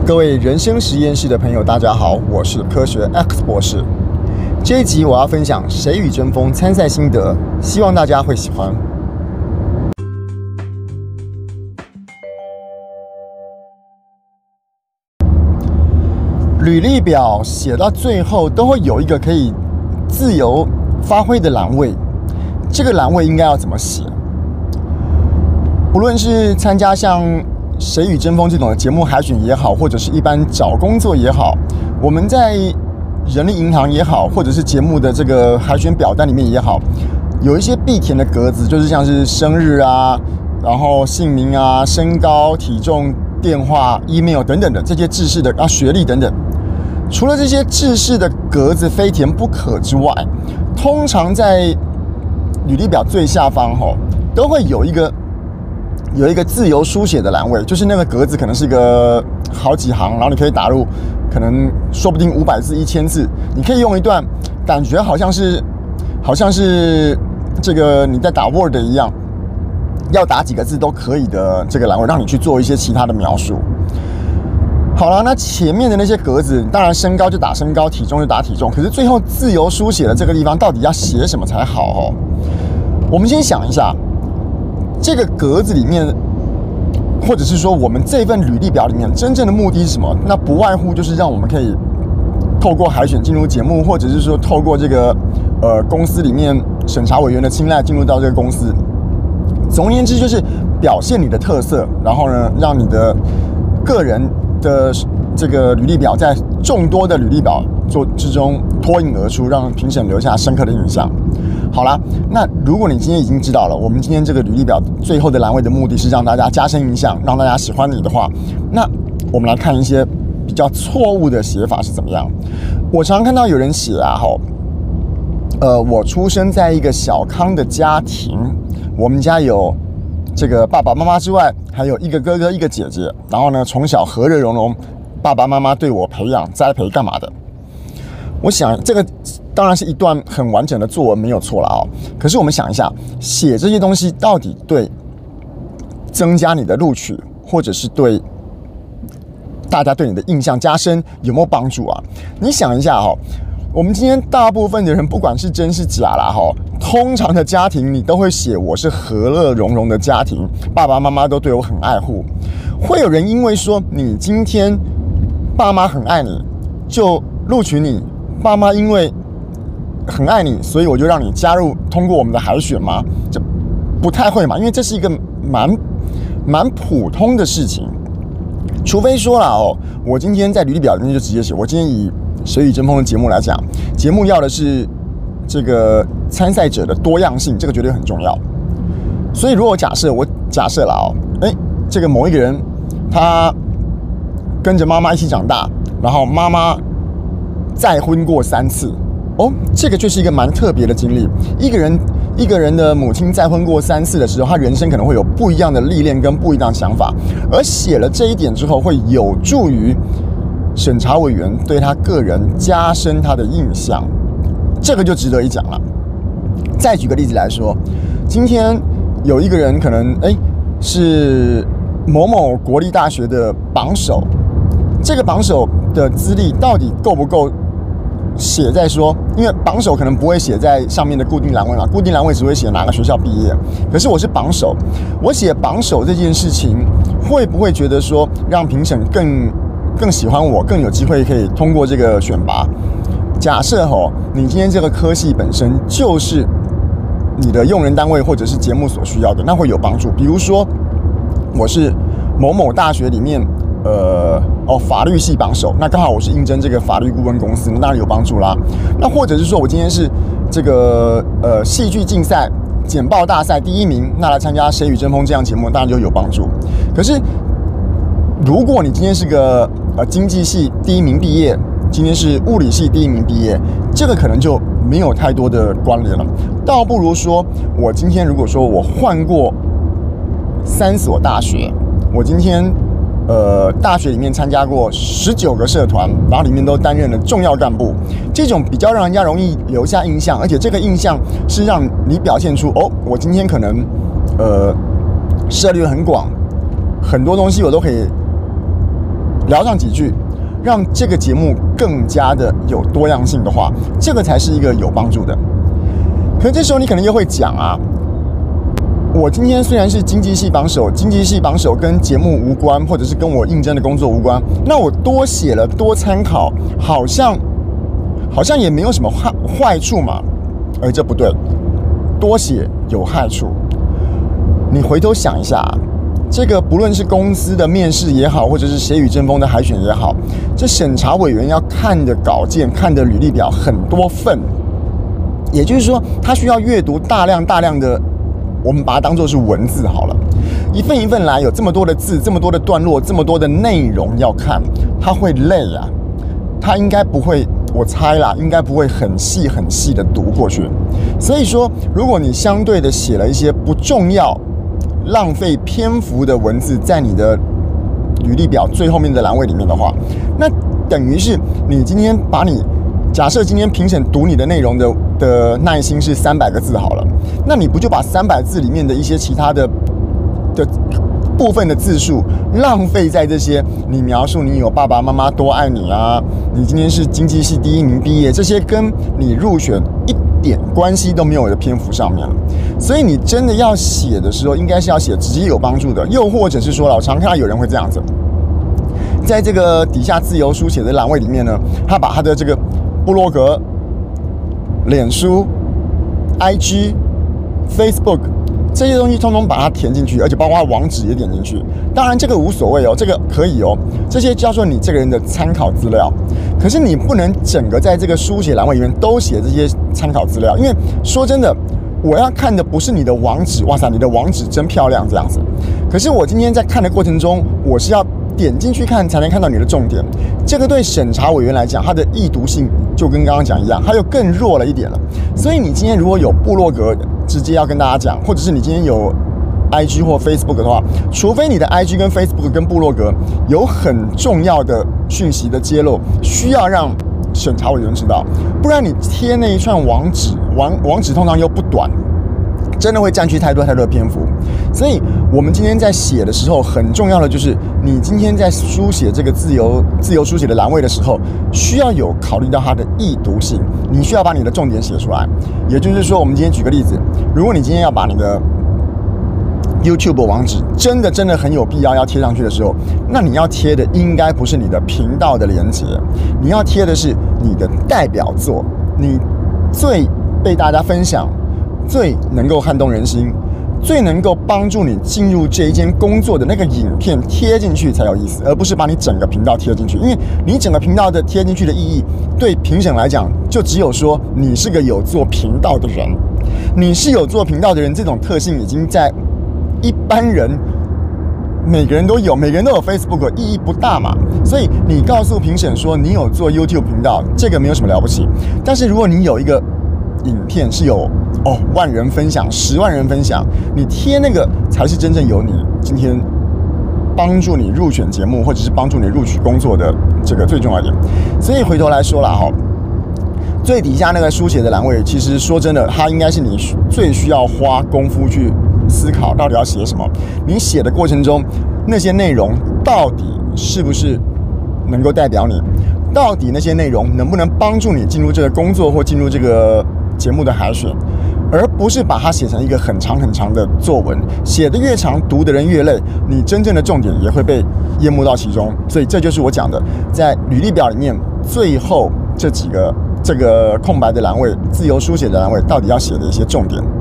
各位人生实验室的朋友，大家好，我是科学 X 博士。这一集我要分享《谁与争锋》参赛心得，希望大家会喜欢。履历表写到最后都会有一个可以自由发挥的栏位，这个栏位应该要怎么写？不论是参加像《谁与争锋》这种的节目海选也好，或者是一般找工作也好，我们在人力银行也好，或者是节目的这个海选表单里面也好，有一些必填的格子，就是像是生日啊，然后姓名啊、身高、体重、电话、email 等等的这些制式的，学历等等。除了这些制式的格子非填不可之外，通常在履历表最下方都会有一个自由书写的栏位，就是那个格子可能是一个好几行，然后你可以打入可能说不定500字、1000字，你可以用一段感觉好像是这个你在打 Word 一样，要打几个字都可以的这个栏位，让你去做一些其他的描述。好了，那前面的那些格子，当然身高就打身高，体重就打体重，可是最后自由书写的这个地方到底要写什么才好我们先想一下，这个格子里面，或者是说我们这份履历表里面真正的目的是什么？那不外乎就是让我们可以透过海选进入节目，或者是说透过这个公司里面审查委员的青睐进入到这个公司。总而言之，就是表现你的特色，然后呢，让你的个人的这个履历表在众多的履历表之中脱颖而出，让评审留下深刻的印象。好啦，那如果你今天已经知道了，我们今天这个履历表最后的栏位的目的是让大家加深印象，让大家喜欢你的话，那我们来看一些比较错误的写法是怎么样。我常看到有人写我出生在一个小康的家庭，我们家有这个爸爸妈妈之外，还有一个哥哥一个姐姐，然后呢，从小和乐融融，爸爸妈妈对我培养栽培干嘛的。我想这个当然是一段很完整的作文，没有错了可是我们想一下，写这些东西到底对增加你的录取，或者是对大家对你的印象加深有没有帮助啊？你想一下我们今天大部分的人，不管是真是假啦通常的家庭你都会写我是和乐融融的家庭，爸爸妈妈都对我很爱护。会有人因为说你今天爸妈很爱你，就录取你？爸妈因为很爱你，所以我就让你加入通过我们的海选吗？这不太会嘛，因为这是一个蛮普通的事情。除非说啦我今天在履历表里面就直接写，我今天以谁与争锋的节目来讲，节目要的是这个参赛者的多样性，这个绝对很重要。所以如果假设啦这个某一个人他跟着妈妈一起长大，然后妈妈再婚过3次这个就是一个蛮特别的经历。一个人的母亲再婚过3次的时候，他人生可能会有不一样的历练跟不一样的想法，而写了这一点之后，会有助于审查委员对他个人加深他的印象，这个就值得一讲了。再举个例子来说，今天有一个人可能是某某国立大学的榜首，这个榜首的资历到底够不够写在说，因为榜首可能不会写在上面的固定栏位嘛，固定栏位只会写哪个学校毕业。可是我是榜首，我写榜首这件事情，会不会觉得说让评审更喜欢我，更有机会可以通过这个选拔？假设你今天这个科系本身就是你的用人单位或者是节目所需要的，那会有帮助。比如说我是某某大学里面法律系榜首，那刚好我是应征这个法律顾问公司，那当然有帮助啦。那或者是说我今天是这个戏剧竞赛简报大赛第1名，那来参加《谁与争锋》这样节目，当然就有帮助。可是如果你今天是个经济系第1名毕业，今天是物理系第1名毕业，这个可能就没有太多的关联了。倒不如说我今天如果说我换过3所大学，我今天大学里面参加过19个社团，然后里面都担任了重要干部，这种比较让人家容易留下印象，而且这个印象是让你表现出我今天可能涉猎很广，很多东西我都可以聊上几句，让这个节目更加的有多样性的话，这个才是一个有帮助的。可是这时候你可能又会讲啊，我今天虽然是经济系榜首，经济系榜首跟节目无关，或者是跟我应征的工作无关，那我多写了多参考，好像也没有什么坏处嘛。而这不对，多写有害处。你回头想一下，这个不论是公司的面试也好，或者是血雨争锋的海选也好，这审查委员要看的稿件、看的履历表很多份，也就是说，他需要阅读大量的，我们把它当作是文字好了，一份一份来，有这么多的字，这么多的段落，这么多的内容要看，他会累啊，他应该不会。我猜啦，应该不会很细的读过去。所以说，如果你相对的写了一些不重要、浪费篇幅的文字在你的履历表最后面的栏位里面的话，那等于是你今天把你假设今天评审读你的内容的耐心是300个字好了，那你不就把300字里面的一些其他的部分的字数浪费在这些你描述你有爸爸妈妈多爱你啊，你今天是经济系第1名毕业，这些跟你入选一点关系都没有的篇幅上面了。所以你真的要写的时候，应该是要写直接有帮助的，又或者是说了，我常看到有人会这样子，在这个底下自由书写的栏位里面呢，他把他的这个部落格、脸书、IG、Facebook。这些东西通通把它填进去，而且包括网址也点进去。当然这个无所谓哦，这个可以哦，这些叫做你这个人的参考资料。可是你不能整个在这个书写栏位里面都写这些参考资料，因为说真的，我要看的不是你的网址，哇塞，你的网址真漂亮这样子。可是我今天在看的过程中，我是要点进去看才能看到你的重点。这个对审查委员来讲，它的易读性就跟刚刚讲一样，它又更弱了一点了。所以你今天如果有部落格，直接要跟大家讲，或者是你今天有 IG 或 Facebook 的话，除非你的 IG 跟 Facebook 跟部落格有很重要的讯息的揭露，需要让审查委员知道，不然你贴那一串网址通常又不短，真的会占据太多的篇幅。所以我们今天在写的时候，很重要的就是你今天在书写这个自由书写的栏位的时候，需要有考虑到它的易读性，你需要把你的重点写出来。也就是说，我们今天举个例子，如果你今天要把你的 YouTube 网址真的很有必要贴上去的时候，那你要贴的应该不是你的频道的连结，你要贴的是你的代表作，你最被大家分享，最能够撼动人心，最能够帮助你进入这一间工作的那个影片贴进去才有意思，而不是把你整个频道贴进去。因为你整个频道的贴进去的意义，对评审来讲，就只有说你是个有做频道的人，你是有做频道的人，这种特性已经在一般人每个人都有 Facebook， 意义不大嘛。所以你告诉评审说你有做 YouTube 频道，这个没有什么了不起。但是如果你有一个影片是有1万人分享、10万人分享，你贴那个才是真正有你今天帮助你入选节目，或者是帮助你录取工作的这个最重要一点。所以回头来说了哈，最底下那个书写的栏位，其实说真的，它应该是你最需要花功夫去思考到底要写什么。你写的过程中，那些内容到底是不是能够代表你？到底那些内容能不能帮助你进入这个工作或进入这个节目的海选，而不是把它写成一个很长的作文，写得越长，读的人越累，你真正的重点也会被淹没到其中。所以这就是我讲的，在履历表里面最后这个空白的栏位，自由书写的栏位，到底要写的一些重点。